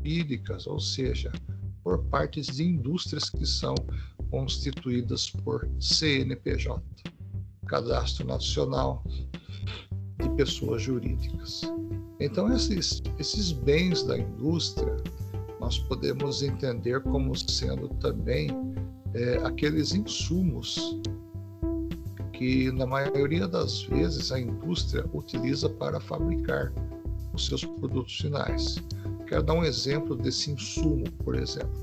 jurídicas, ou seja, por partes de indústrias que são constituídas por CNPJ, Cadastro Nacional de Pessoas Jurídicas. Então, esses bens da indústria, nós podemos entender como sendo também aqueles insumos que, na maioria das vezes, a indústria utiliza para fabricar os seus produtos finais. Quero dar um exemplo desse insumo, por exemplo.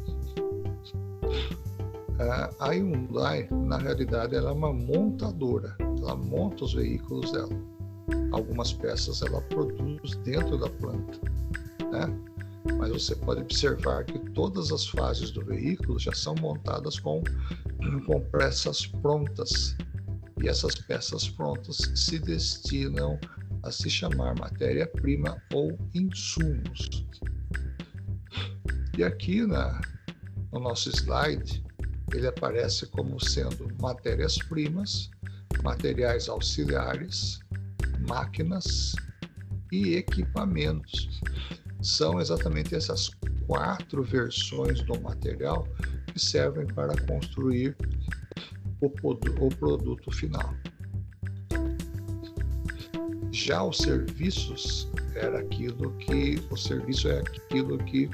A Hyundai, na realidade, ela é uma montadora, ela monta os veículos dela. Algumas peças ela produz dentro da planta, né? Mas você pode observar que todas as fases do veículo já são montadas com peças prontas. E essas peças prontas se destinam a se chamar matéria-prima ou insumos. E aqui no nosso slide, ele aparece como sendo matérias-primas, materiais auxiliares, máquinas e equipamentos. São exatamente essas 4 versões do material que servem para construir o produto final. Já os serviços o serviço é aquilo que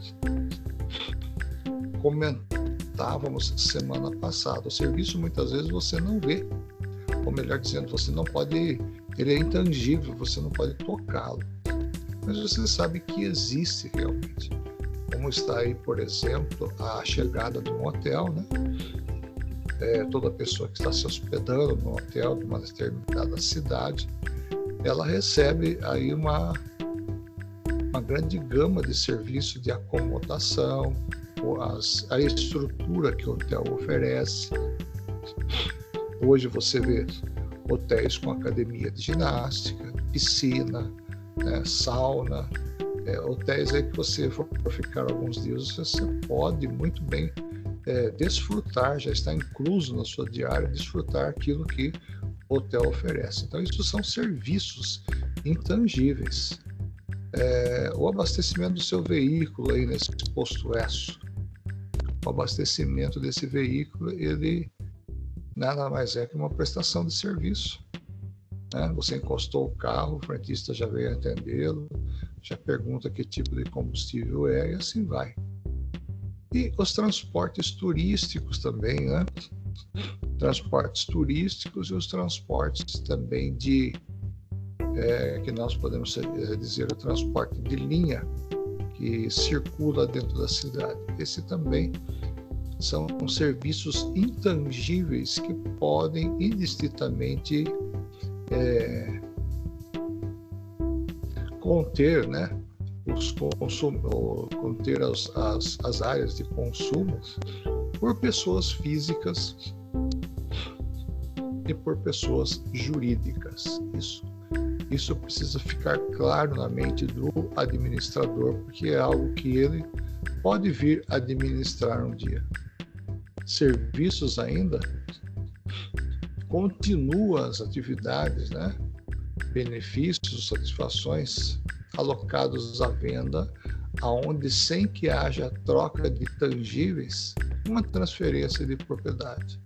comentávamos semana passada. O serviço muitas vezes você não vê, ou melhor dizendo, você não pode, ele é intangível, você não pode tocá-lo, mas você sabe que existe realmente. Como está aí, por exemplo, a chegada de um hotel, né? Toda pessoa que está se hospedando no hotel de uma determinada cidade, ela recebe aí uma grande gama de serviços de acomodação, a estrutura que o hotel oferece. Hoje você vê hotéis com academia de ginástica, piscina, sauna, hotéis aí que você for ficar alguns dias, você pode muito bem desfrutar, já está incluso na sua diária, desfrutar aquilo que o hotel oferece. Então, isso são serviços intangíveis. O abastecimento do seu veículo aí nesse posto Esso, o abastecimento desse veículo, ele nada mais é que uma prestação de serviço. Você encostou o carro, o frentista já veio atendê-lo, já pergunta que tipo de combustível é, e assim vai. E os transportes turísticos também, né? Transportes turísticos e os transportes também que nós podemos dizer o transporte de linha, que circula dentro da cidade. Esse também são serviços intangíveis que podem indistintamente conter, né, conter as áreas de consumo por pessoas físicas e por pessoas jurídicas. Isso precisa ficar claro na mente do administrador, porque é algo que ele pode vir administrar um dia. Serviços ainda continuam as atividades, né? Benefícios, satisfações alocados à venda, aonde sem que haja troca de tangíveis, uma transferência de propriedade.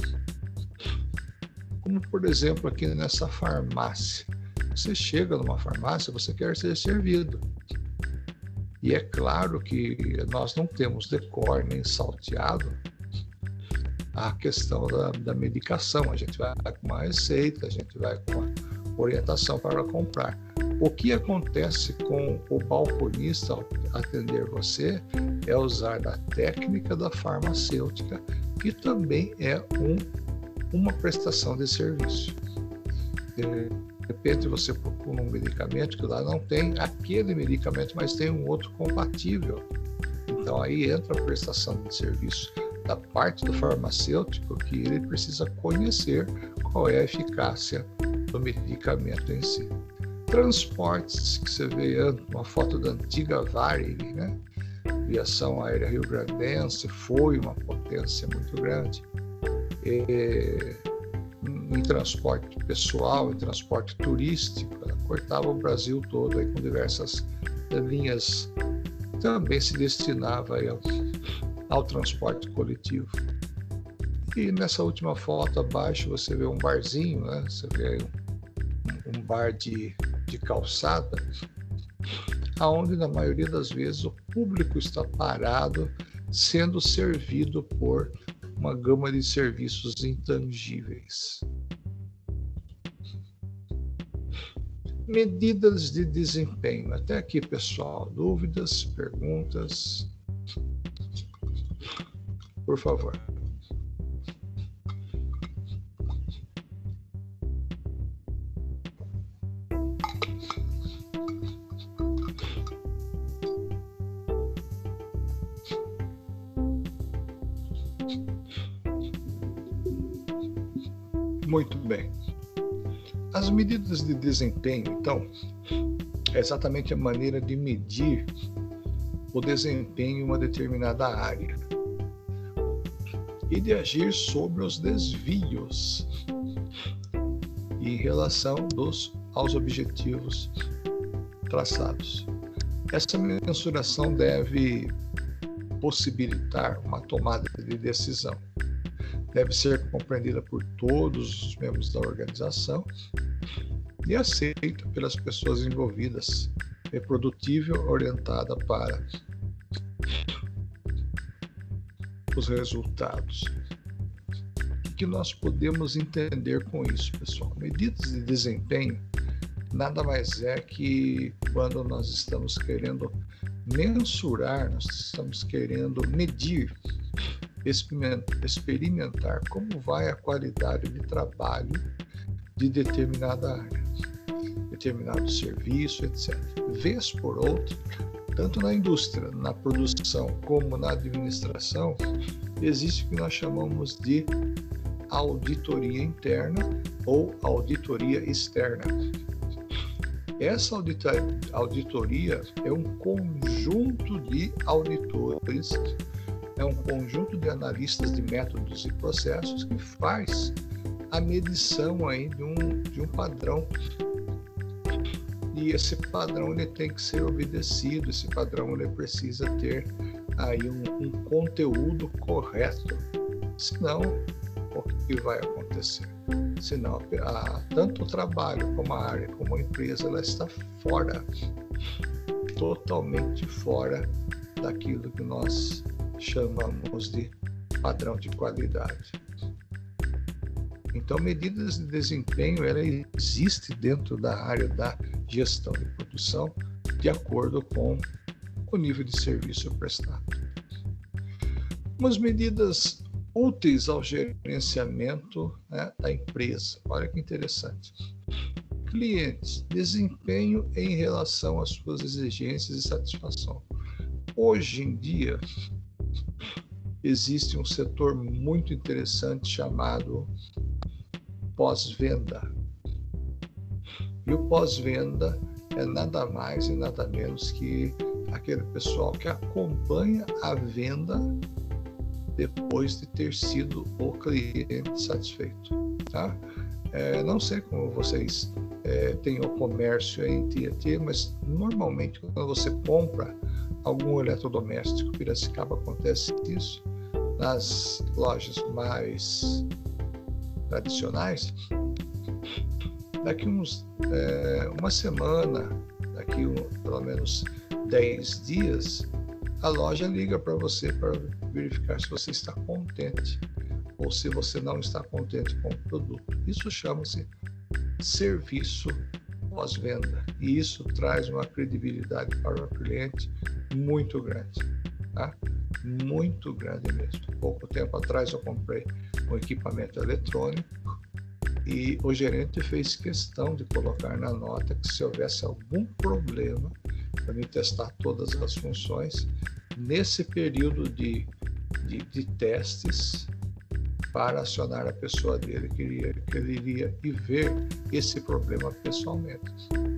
Como, por exemplo, aqui nessa farmácia. Você chega numa farmácia, você quer ser servido. E é claro que nós não temos decor nem salteado a questão da medicação. A gente vai com uma receita, a gente vai com uma orientação para comprar. O que acontece com o balconista ao atender você é usar da técnica da farmacêutica, que também é uma prestação de serviço. De repente você procura um medicamento que lá não tem aquele medicamento, mas tem um outro compatível. Então aí entra a prestação de serviço da parte do farmacêutico, que ele precisa conhecer qual é a eficácia do medicamento em si. Transportes, que você vê uma foto da antiga Varig, né? Aviação Aérea Rio-Grandense foi uma potência muito grande. Em transporte pessoal, em transporte turístico, ela cortava o Brasil todo aí com diversas linhas também se destinava aí ao transporte coletivo. E nessa última foto abaixo você vê um barzinho, né? Você vê aí um bar de calçada, aonde na maioria das vezes o público está parado, sendo servido por uma gama de serviços intangíveis. Medidas de desempenho. Até aqui, pessoal, dúvidas, perguntas? Por favor. Muito bem. As medidas de desempenho, então, é exatamente a maneira de medir o desempenho em uma determinada área e de agir sobre os desvios em relação aos objetivos traçados. Essa mensuração deve possibilitar uma tomada de decisão. Deve ser compreendida por todos os membros da organização e aceita pelas pessoas envolvidas, reprodutível, orientada para os resultados. O que nós podemos entender com isso, pessoal? Medidas de desempenho nada mais é que quando nós estamos querendo mensurar, nós estamos querendo medir, experimentar como vai a qualidade de trabalho de determinada área, determinado serviço, etc. Vez por outra, tanto na indústria, na produção, como na administração, existe o que nós chamamos de auditoria interna ou auditoria externa. Essa auditoria é um conjunto de auditores, é um conjunto de analistas de métodos e processos que faz a medição aí de um padrão. E esse padrão ele tem que ser obedecido, esse padrão ele precisa ter aí um conteúdo correto, senão o que vai acontecer? Senão tanto o trabalho como a área, como a empresa, ela está fora, totalmente fora daquilo que nós chamamos de padrão de qualidade. Então, medidas de desempenho, ela existe dentro da área da gestão de produção, de acordo com o nível de serviço prestado. Umas medidas úteis ao gerenciamento, né, da empresa. Olha que interessante. Clientes, desempenho em relação às suas exigências e satisfação. Hoje em dia, existe um setor muito interessante chamado pós-venda. E o pós-venda é nada mais e nada menos que aquele pessoal que acompanha a venda depois de ter sido o cliente satisfeito. Tá? Não sei como vocês têm o comércio em Tietê, mas normalmente quando você compra algum eletrodoméstico, Piracicaba acontece isso, nas lojas mais tradicionais, daqui uma semana, daqui pelo menos 10 dias, a loja liga para você para verificar se você está contente ou se você não está contente com o produto. Isso chama-se serviço pós-venda e isso traz uma credibilidade para o cliente muito grande, tá? Muito grande mesmo. Pouco tempo atrás eu comprei um equipamento eletrônico e o gerente fez questão de colocar na nota que se houvesse algum problema para me testar todas as funções nesse período de testes para acionar a pessoa dele que ele iria e ver esse problema pessoalmente.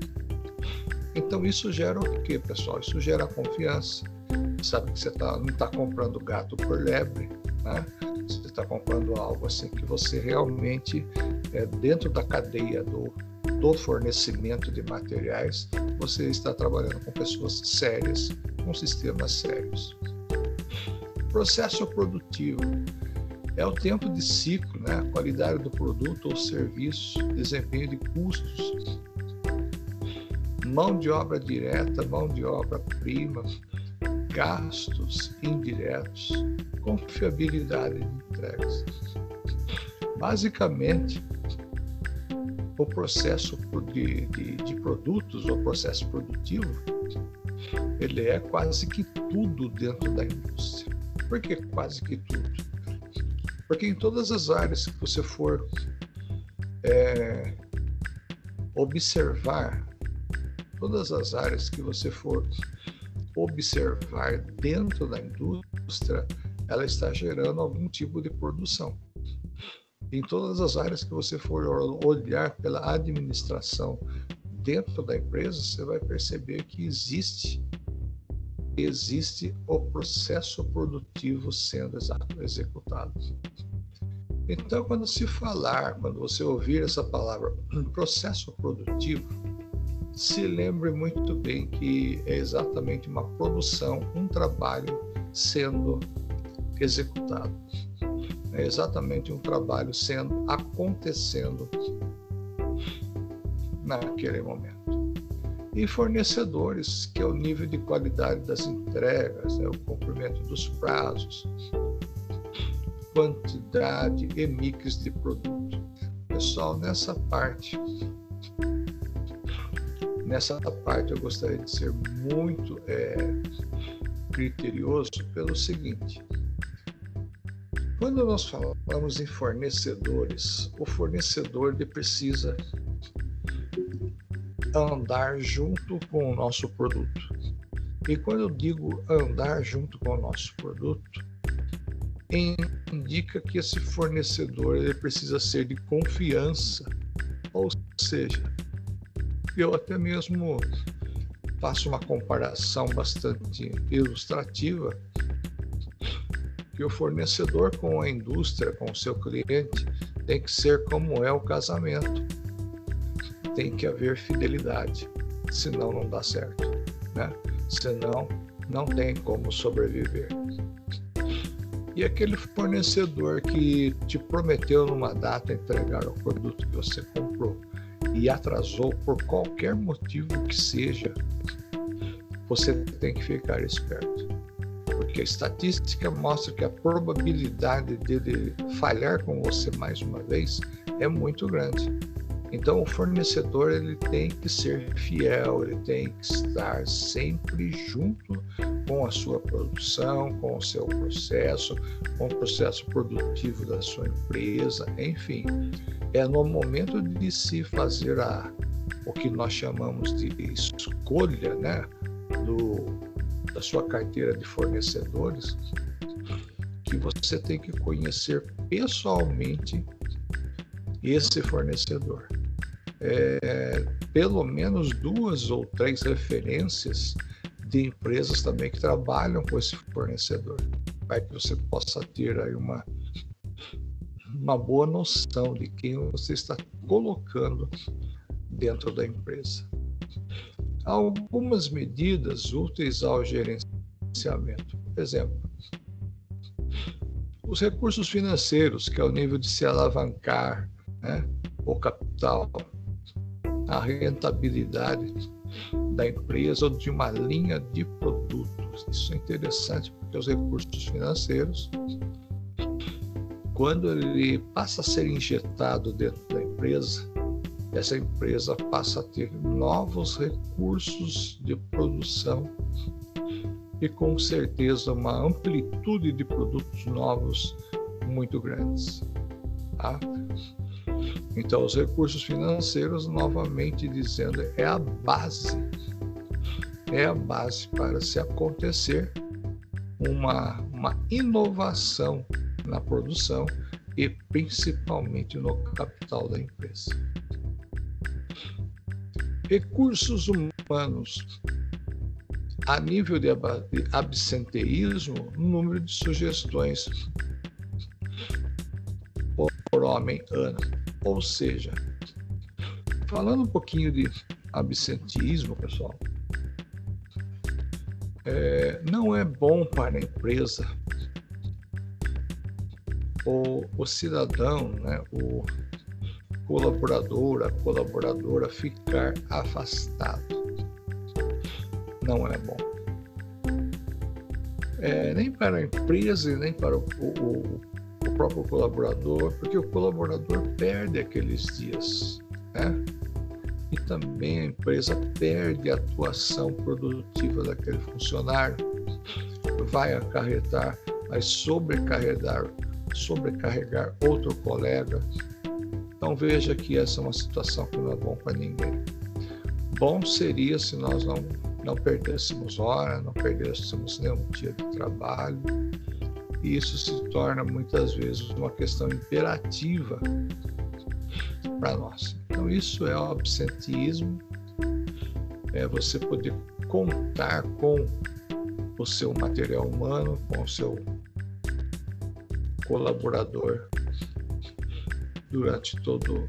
Então isso gera o que, pessoal? Isso gera confiança. Sabe que você não está comprando gato por lebre, né? Você está comprando algo assim que você realmente, dentro da cadeia do fornecimento de materiais, você está trabalhando com pessoas sérias com sistemas sérios. Processo produtivo é o tempo de ciclo, né? A qualidade do produto ou serviço, desempenho de custos, mão de obra direta, mão de obra prima, gastos indiretos, confiabilidade de entregas. Basicamente, o processo de produtos, ou processo produtivo, ele é quase que tudo dentro da indústria. Por que quase que tudo? Porque em todas as áreas que você for observar, todas as áreas que você for observar dentro da indústria, ela está gerando algum tipo de produção. Em todas as áreas que você for olhar pela administração dentro da empresa, você vai perceber que existe o processo produtivo sendo executado. Então, quando você ouvir essa palavra processo produtivo, se lembre muito bem que é exatamente uma produção, um trabalho sendo executado. É exatamente um trabalho acontecendo naquele momento. E fornecedores, que é o nível de qualidade das entregas, o cumprimento dos prazos, quantidade e mix de produto. Pessoal, nessa parte eu gostaria de ser muito criterioso pelo seguinte: quando nós falamos em fornecedores, o fornecedor ele precisa andar junto com o nosso produto. E quando eu digo andar junto com o nosso produto, indica que esse fornecedor ele precisa ser de confiança, ou seja, eu até mesmo faço uma comparação bastante ilustrativa, que o fornecedor com a indústria, com o seu cliente, tem que ser como é o casamento. Tem que haver fidelidade, senão não dá certo, né? Senão não tem como sobreviver. E aquele fornecedor que te prometeu numa data entregar o produto que você comprou e atrasou por qualquer motivo que seja, você tem que ficar esperto. Porque a estatística mostra que a probabilidade dele falhar com você mais uma vez é muito grande. Então o fornecedor ele tem que ser fiel, ele tem que estar sempre junto com a sua produção, com o seu processo, com o processo produtivo da sua empresa, enfim. É no momento de se fazer o que nós chamamos de escolha, né, da sua carteira de fornecedores, que você tem que conhecer pessoalmente esse fornecedor. Pelo menos 2 ou 3 referências de empresas também que trabalham com esse fornecedor, para que você possa ter aí uma boa noção de quem você está colocando dentro da empresa. Algumas medidas úteis ao gerenciamento, por exemplo, os recursos financeiros, que é o nível de se alavancar, né, o capital, a rentabilidade da empresa ou de uma linha de produtos. Isso é interessante porque os recursos financeiros, quando ele passa a ser injetado dentro da empresa, essa empresa passa a ter novos recursos de produção e com certeza uma amplitude de produtos novos muito grandes, tá? Então, os recursos financeiros, novamente dizendo, é a base para se acontecer uma inovação na produção e principalmente no capital da empresa. Recursos humanos. A nível de absenteísmo, número de sugestões por homem ano. Ou seja, falando um pouquinho de absenteísmo, pessoal, Não é bom para a empresa o cidadão, né, o colaborador, a colaboradora ficar afastado. Não é bom. Nem para a empresa e nem para o próprio colaborador, porque o colaborador perde aqueles dias, né? E também a empresa perde a atuação produtiva daquele funcionário, vai acarretar, vai sobrecarregar outro colega. Então veja que essa é uma situação que não é bom para ninguém. Bom seria se nós não perdêssemos hora, não perdêssemos nenhum dia de trabalho, e isso se torna muitas vezes uma questão imperativa para nós. Então isso é o absenteísmo, é você poder contar com o seu material humano, com o seu colaborador durante todo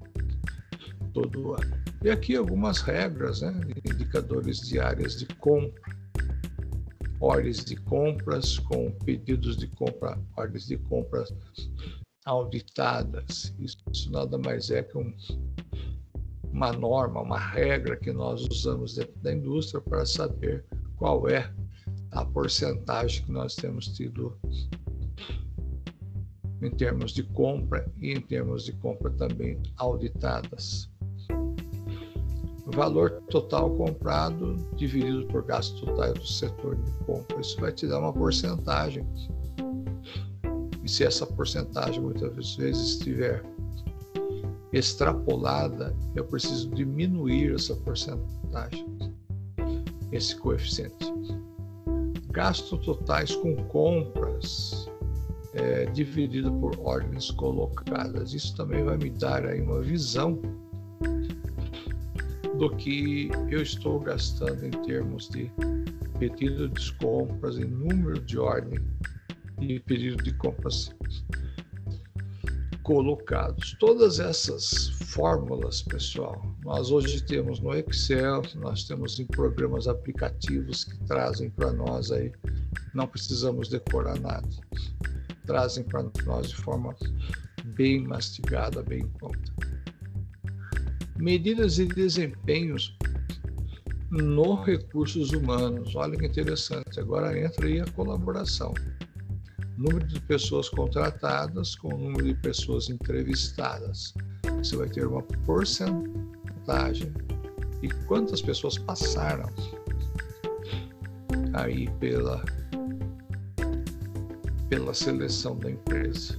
o ano. E aqui algumas regras, né? Indicadores de áreas de compra, ordens de compras com pedidos de compra, ordens de compras auditadas. Isso nada mais é que uma norma, uma regra que nós usamos dentro da indústria para saber qual é a porcentagem que nós temos tido em termos de compra e em termos de compra também auditadas. Valor total comprado dividido por gastos totais do setor de compra. Isso vai te dar uma porcentagem. E se essa porcentagem muitas vezes estiver extrapolada, eu preciso diminuir essa porcentagem, esse coeficiente. Gastos totais com compras dividido por ordens colocadas. Isso também vai me dar aí uma visão do que eu estou gastando em termos de pedido de compras, em número de ordem e pedido de compras colocados. Todas essas fórmulas, pessoal, nós hoje temos no Excel, nós temos em programas aplicativos que trazem para nós aí, não precisamos decorar nada, trazem para nós de forma bem mastigada, bem pronta. Medidas de desempenhos no recursos humanos. Olha que interessante, agora entra aí a colaboração. Número de pessoas contratadas com o número de pessoas entrevistadas. Você vai ter uma porcentagem e quantas pessoas passaram aí pela seleção da empresa.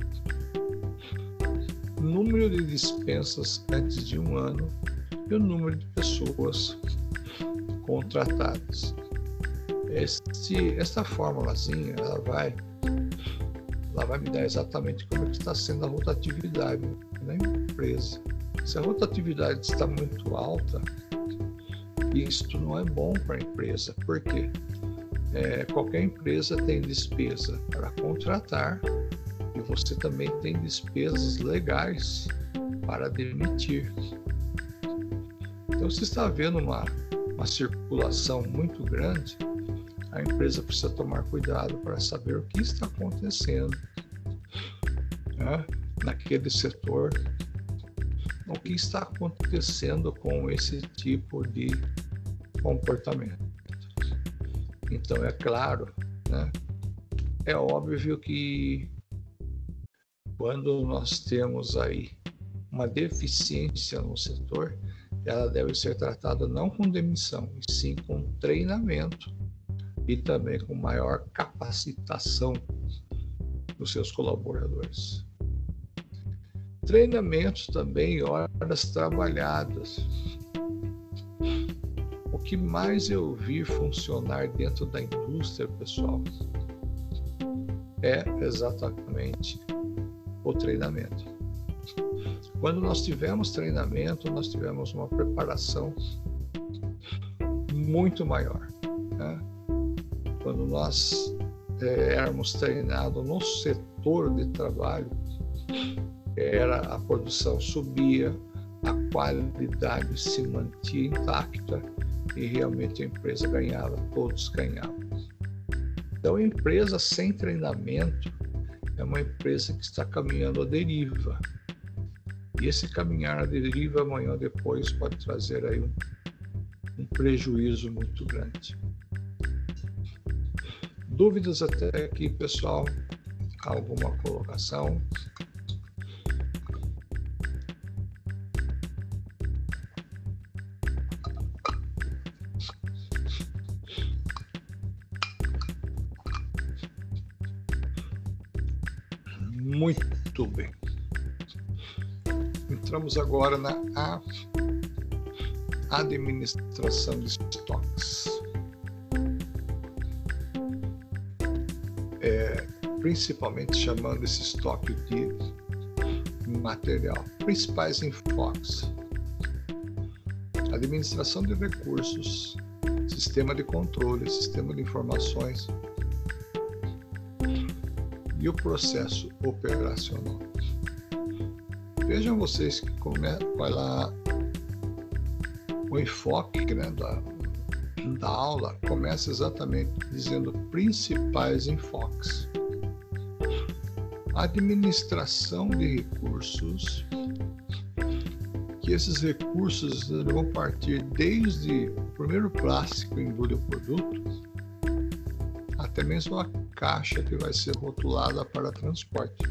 Número de dispensas antes de 1 ano e o número de pessoas contratadas. Esta formulazinha ela vai me dar exatamente como está sendo a rotatividade na empresa. Se a rotatividade está muito alta, isto não é bom para a empresa. Por quê? Qualquer empresa tem despesa para contratar e você também tem despesas legais para demitir. Então, se está havendo uma circulação muito grande, a empresa precisa tomar cuidado para saber o que está acontecendo, né, naquele setor, o que está acontecendo com esse tipo de comportamento. Então, é claro, né, é óbvio que quando nós temos aí uma deficiência no setor, ela deve ser tratada não com demissão, e sim com treinamento e também com maior capacitação dos seus colaboradores. Treinamentos também, horas trabalhadas. O que mais eu vi funcionar dentro da indústria, pessoal, é exatamente o treinamento. Quando nós tivemos treinamento, nós tivemos uma preparação muito maior, né? Quando nós éramos treinados no setor de trabalho, a produção subia, a qualidade se mantinha intacta e realmente a empresa ganhava, todos ganhavam. Então, a empresa sem treinamento é uma empresa que está caminhando à deriva. E esse caminhar à deriva, amanhã ou depois, pode trazer aí um prejuízo muito grande. Dúvidas até aqui, pessoal? Alguma colocação? Muito bem. Entramos agora na administração de estoques. Principalmente chamando esse estoque de material. Principais enfoques: administração de recursos, sistema de controle, sistema de informações e o processo operacional. Vejam vocês que vai lá o enfoque, né, da aula começa exatamente dizendo principais enfoques. Administração de recursos, que esses recursos vão partir desde o primeiro plástico que embule o produto até mesmo a caixa que vai ser rotulada para transporte.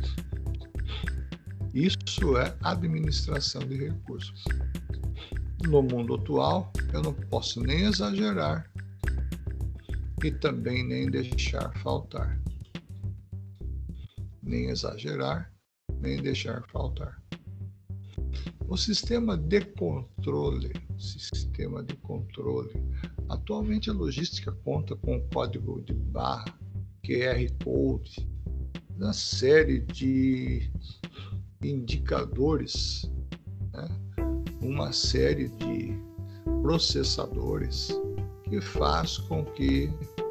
Isso é administração de recursos. No mundo atual, eu não posso nem exagerar e também nem deixar faltar. Nem exagerar, nem deixar faltar. O sistema de controle. Atualmente a logística conta com código de barra, QR Code, uma série de indicadores, né? Uma série de processadores que faz com que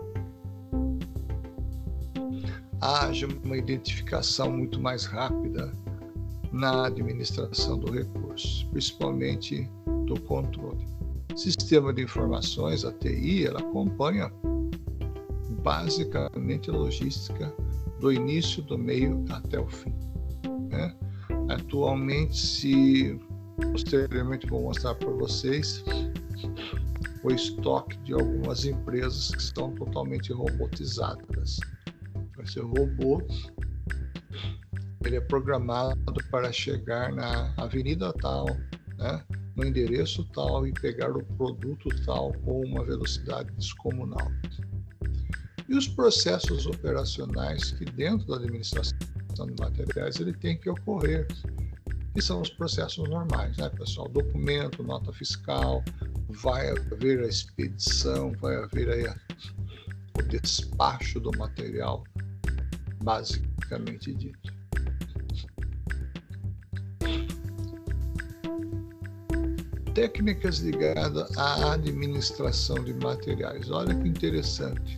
haja uma identificação muito mais rápida na administração do recurso, principalmente do controle. Sistema de informações, a TI, ela acompanha basicamente a logística do início, do meio até o fim, né? Atualmente, posteriormente vou mostrar para vocês o estoque de algumas empresas que estão totalmente robotizadas. Esse robô, ele é programado para chegar na avenida tal, né, no endereço tal e pegar o produto tal com uma velocidade descomunal. E os processos operacionais que dentro da administração de materiais ele tem que ocorrer, que são os processos normais, né, pessoal? Documento, nota fiscal, vai haver a expedição, vai haver aí o despacho do material, basicamente dito. Técnicas ligadas à administração de materiais. Olha que interessante.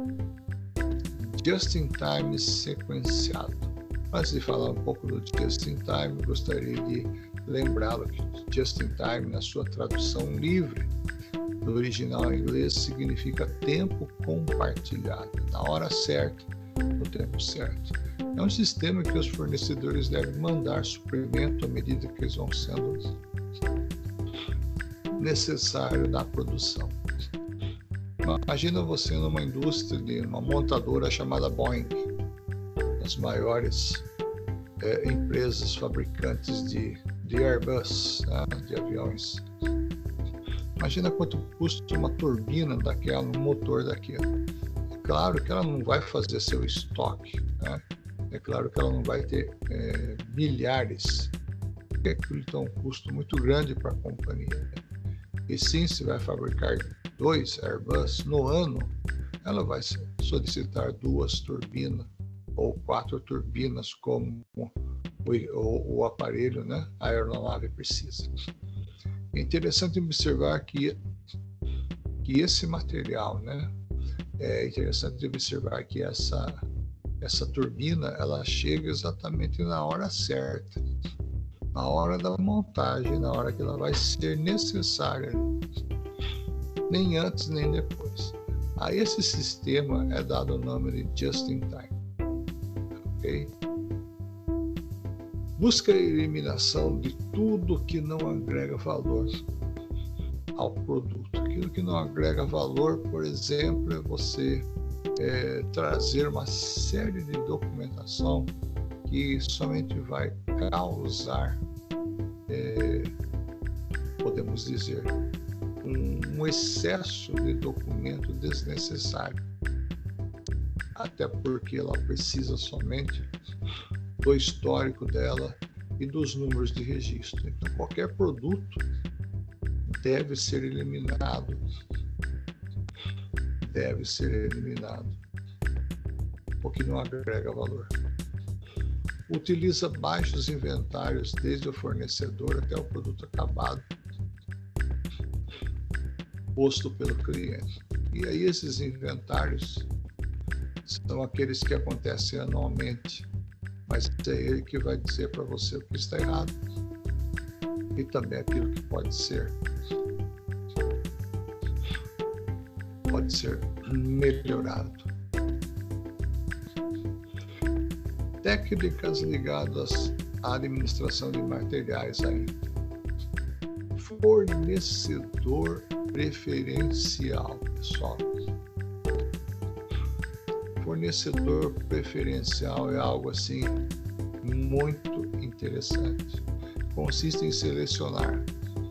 Just-in-time sequenciado. Antes de falar um pouco do just-in-time, gostaria de lembrá-lo que just-in-time, na sua tradução livre do original em inglês, significa tempo compartilhado, na hora certa, no tempo certo. É um sistema que os fornecedores devem mandar suprimento à medida que eles vão sendo necessários na produção. Imagina você numa indústria de uma montadora chamada Boeing, as maiores empresas fabricantes de Airbus, né, de aviões. Imagina quanto custa uma turbina daquela, um motor daquela. É claro que ela não vai fazer seu estoque, né? É claro que ela não vai ter milhares, porque aquilo tem um custo muito grande para a companhia. E sim, se vai fabricar 2 Airbus no ano, ela vai solicitar 2 turbinas ou 4 turbinas, como o aparelho, né, a aeronave precisa. É interessante observar que esse material, né, é interessante observar que essa turbina, ela chega exatamente na hora certa, na hora da montagem, na hora que ela vai ser necessária. nem antes nem depois. A esse sistema é dado o nome de Just in Time. Ok? Busca a eliminação de tudo que não agrega valor ao produto. Aquilo que não agrega valor, por exemplo, é você trazer uma série de documentação que somente vai causar, podemos dizer, um excesso de documento desnecessário. Até porque ela precisa somente do histórico dela e dos números de registro. Então, qualquer produto deve ser eliminado. Porque não agrega valor. Utiliza baixos inventários desde o fornecedor até o produto acabado, posto pelo cliente. E aí esses inventários são aqueles que acontecem anualmente, mas é ele que vai dizer para você o que está errado e também aquilo que pode ser melhorado. Técnicas ligadas à administração de materiais ainda. Fornecedor preferencial, pessoal. Fornecedor preferencial é algo assim muito interessante. Consiste em selecionar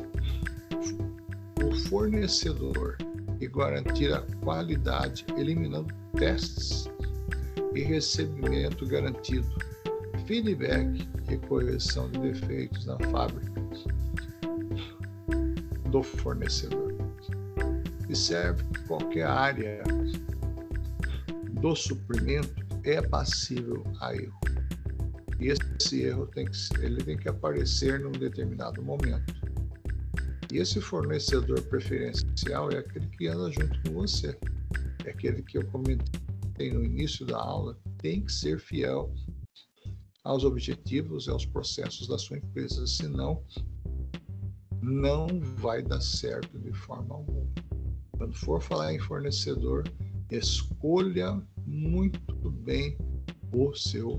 o fornecedor e garantir a qualidade, eliminando testes e recebimento garantido, feedback e correção de defeitos na fábrica do fornecedor. Observe que qualquer área do suprimento é passível a erro. E esse erro tem que aparecer num determinado momento. E esse fornecedor preferencial é aquele que anda junto com você. É aquele que eu comentei no início da aula, tem que ser fiel aos objetivos e aos processos da sua empresa, senão não vai dar certo de forma alguma. Quando for falar em fornecedor, escolha muito bem o seu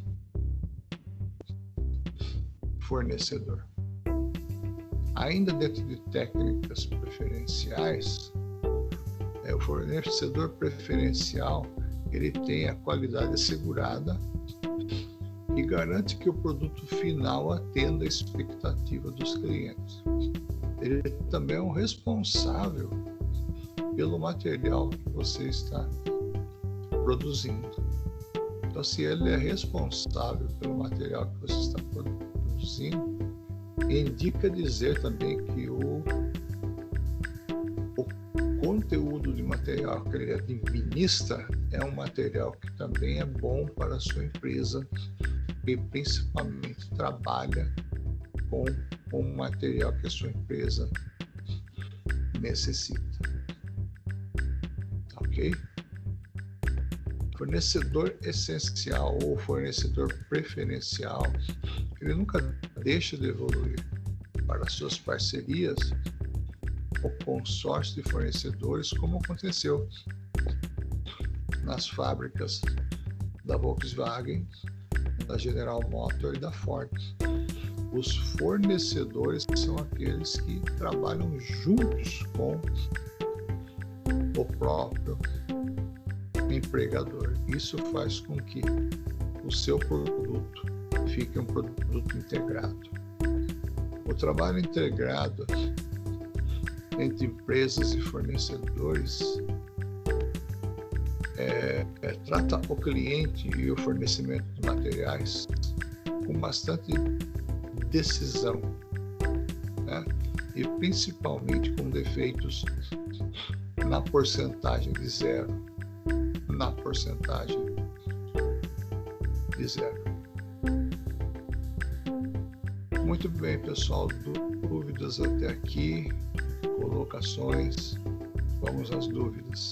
fornecedor. Ainda dentro de técnicas preferenciais, o fornecedor preferencial ele tem a qualidade assegurada e garante que o produto final atenda a expectativa dos clientes. Ele também é um responsável pelo material que você está produzindo. Então, se ele é responsável pelo material que você está produzindo, indica dizer também que o conteúdo de material que ele administra é um material que também é bom para a sua empresa e principalmente trabalha com o material que a sua empresa necessita. Ok? Fornecedor essencial ou fornecedor preferencial, ele nunca deixa de evoluir para suas parcerias ou consórcio de fornecedores, como aconteceu nas fábricas da Volkswagen, da General Motors e da Ford. Os fornecedores são aqueles que trabalham juntos com o próprio empregador. Isso faz com que o seu produto fique um produto integrado. O trabalho integrado entre empresas e fornecedores trata o cliente e o fornecimento de materiais com bastante decisão, né? E principalmente com defeitos na porcentagem de zero. Muito bem, pessoal, dúvidas até aqui, colocações, vamos às dúvidas.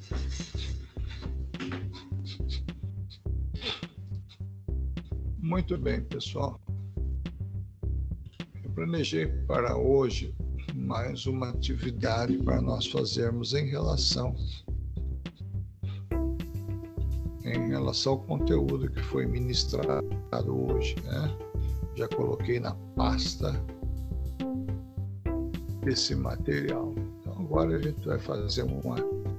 Muito bem, pessoal. Eu planejei para hoje mais uma atividade para nós fazermos em relação ao conteúdo que foi ministrado hoje, né? Já coloquei na pasta esse material. Então agora a gente vai fazer uma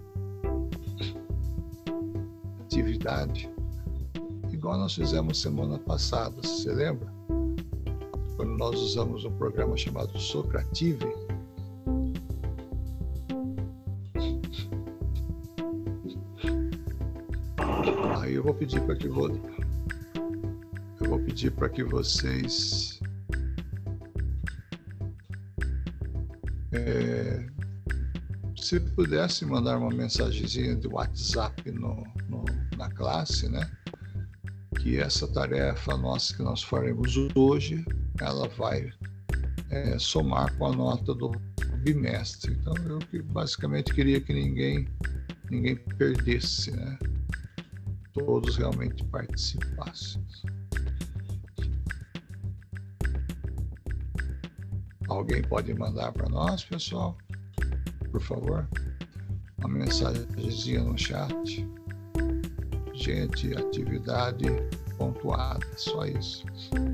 atividade igual nós fizemos semana passada, você lembra? Quando nós usamos um programa chamado Socrative. Aí eu vou pedir para que vocês se pudessem mandar uma mensagenzinha de WhatsApp na classe, né? Que essa tarefa nossa que nós faremos hoje, ela vai somar com a nota do bimestre. Então eu basicamente queria que ninguém perdesse, né? Todos realmente participassem. Alguém pode mandar para nós, pessoal? Por favor? Uma mensagenzinha no chat. Gente, atividade pontuada, só isso.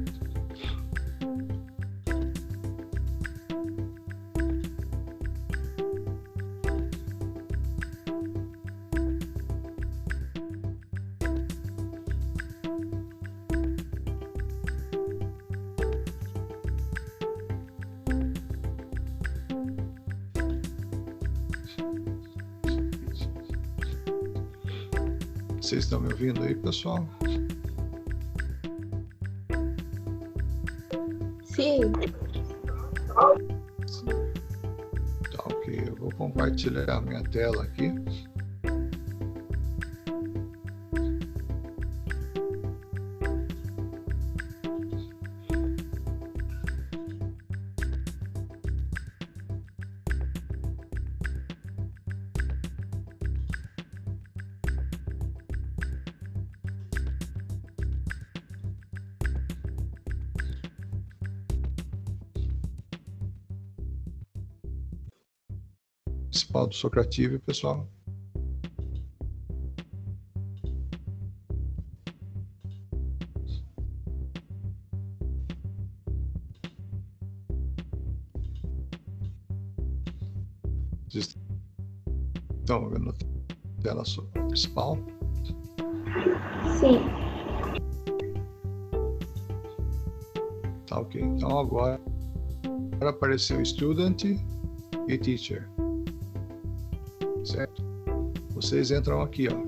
Vocês estão me ouvindo aí, pessoal? Sim. Tá, ok. Eu vou compartilhar a minha tela aqui. Principal do Socrative, pessoal. Vocês estão vendo a tela principal? Sim. Tá, ok. Então agora apareceu student e teacher. Certo? Vocês entram aqui, ó,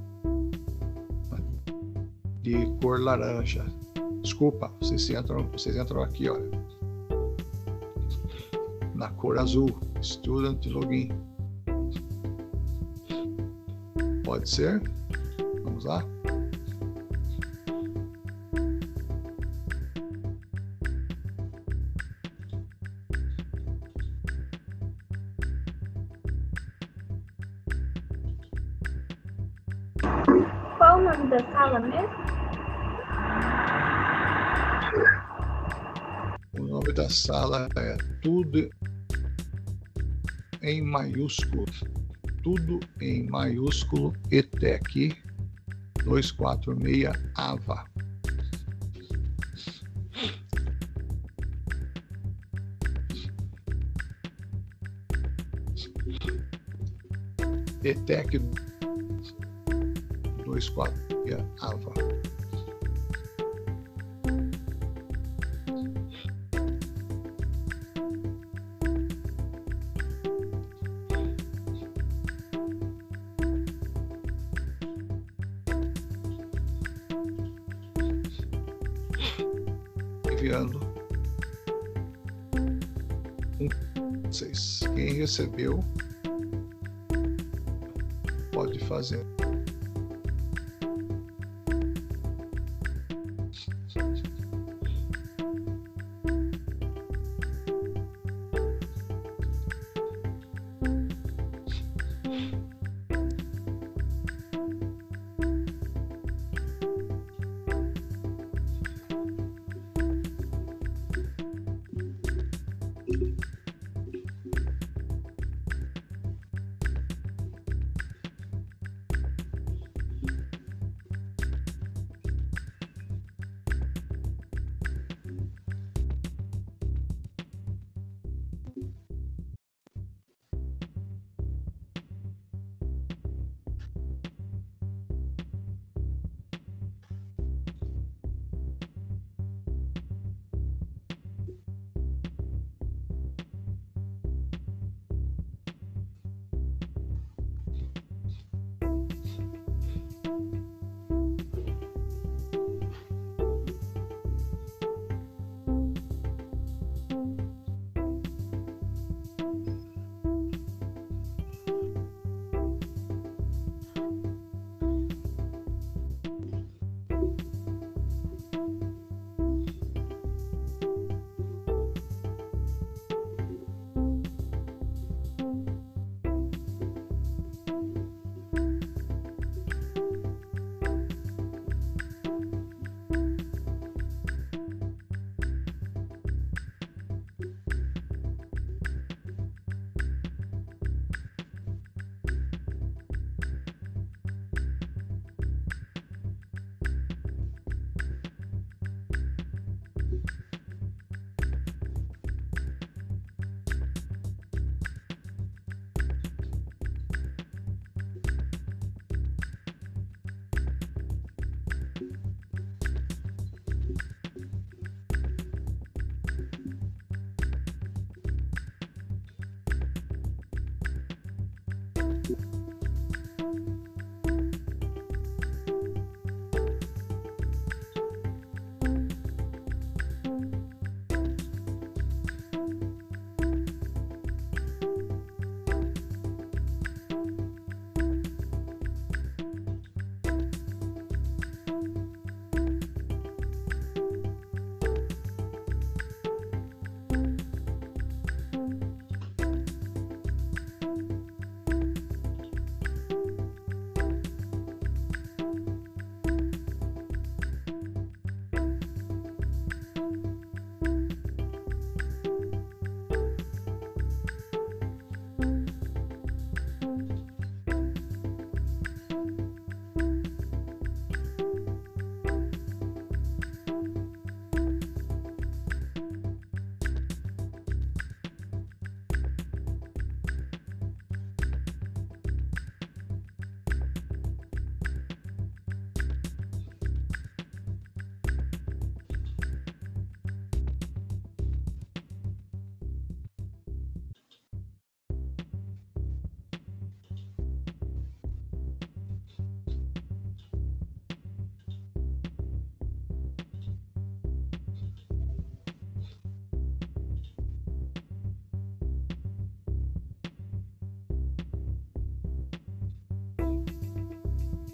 de cor laranja. Desculpa, vocês entram aqui, olha, na cor azul, Student Login. Pode ser? Vamos lá? Qual o nome da sala mesmo? O nome da sala é Tudo em Maiúsculo. Tudo em Maiúsculo ETEC 246 AVA. ETEC 246 AVA. Enviando vocês. Quem recebeu pode fazer.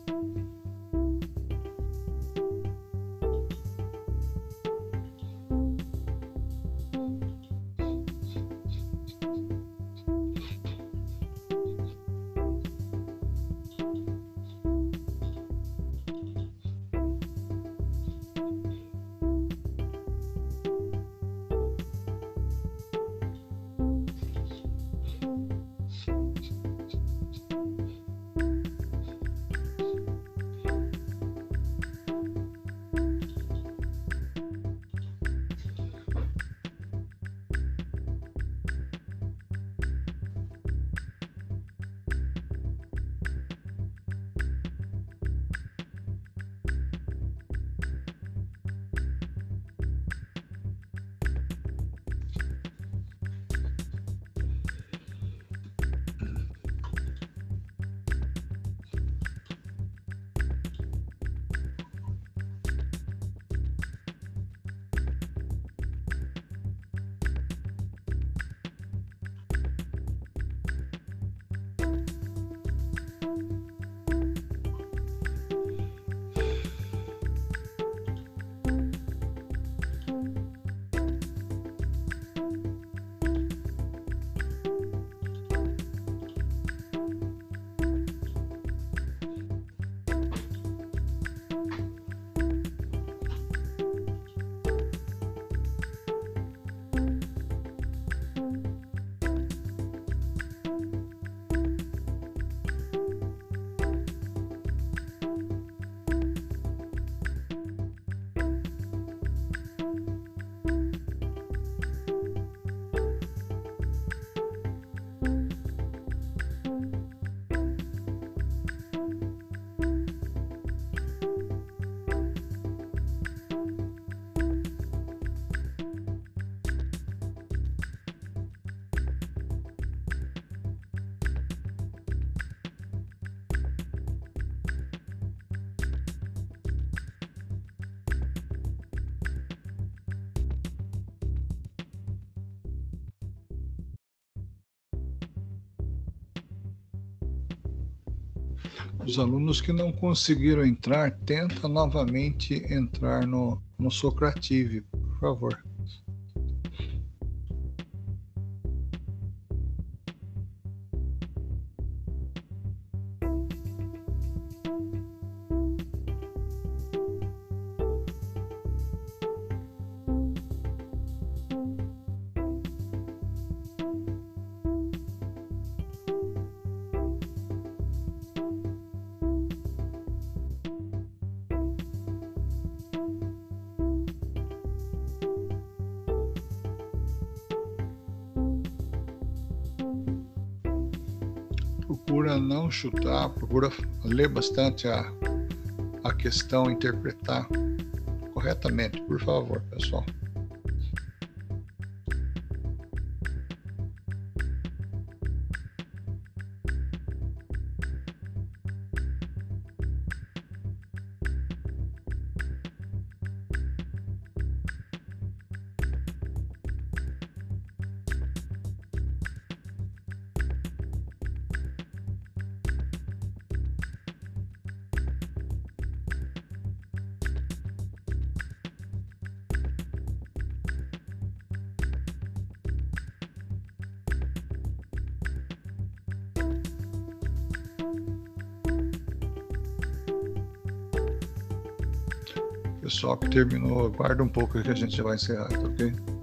Os alunos que não conseguiram entrar, tenta novamente entrar no Socrative, por favor. Procura não chutar, procura ler bastante a questão, interpretar corretamente, por favor, pessoal. Pessoal que terminou, aguarda um pouco que a gente já vai encerrar, tá ok?